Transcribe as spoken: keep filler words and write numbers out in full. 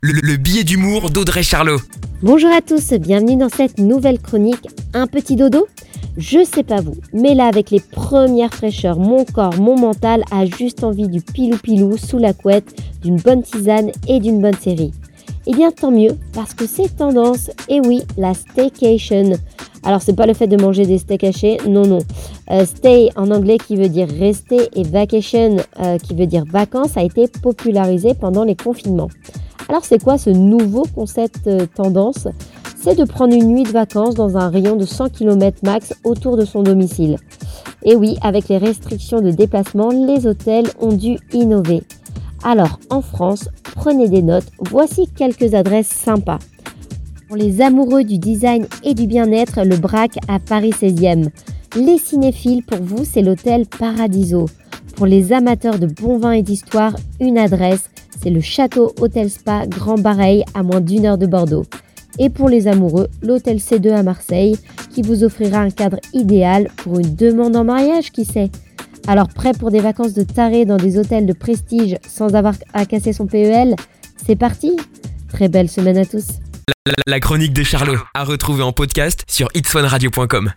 Le, le billet d'humour d'Audrey Charlot. Bonjour à tous, bienvenue dans cette nouvelle chronique. Un petit dodo ? Je sais pas vous, mais là avec les premières fraîcheurs, mon corps, mon mental a juste envie du pilou-pilou sous la couette, d'une bonne tisane et d'une bonne série. Eh bien tant mieux, parce que c'est tendance, et oui, la staycation. Alors c'est pas le fait de manger des steaks hachés, non non. Euh, stay en anglais qui veut dire rester et vacation euh, qui veut dire vacances a été popularisé pendant les confinements. Alors c'est quoi ce nouveau concept euh, tendance ? C'est de prendre une nuit de vacances dans un rayon de cent kilomètres max autour de son domicile. Et oui, avec les restrictions de déplacement, les hôtels ont dû innover. Alors en France, prenez des notes, voici quelques adresses sympas. Pour les amoureux du design et du bien-être, le Brac à Paris seizième. Les cinéphiles, pour vous, c'est l'hôtel Paradiso. Pour les amateurs de bon vin et d'histoire, une adresse, c'est le Château Hôtel Spa Grand Bareil à moins d'une heure de Bordeaux. Et pour les amoureux, l'hôtel C deux à Marseille, qui vous offrira un cadre idéal pour une demande en mariage, qui sait. Alors prêt pour des vacances de taré dans des hôtels de prestige sans avoir à casser son P E L ? C'est parti ! Très belle semaine à tous. La, la, la chronique de Charlot, à retrouver en podcast sur its one radio point com.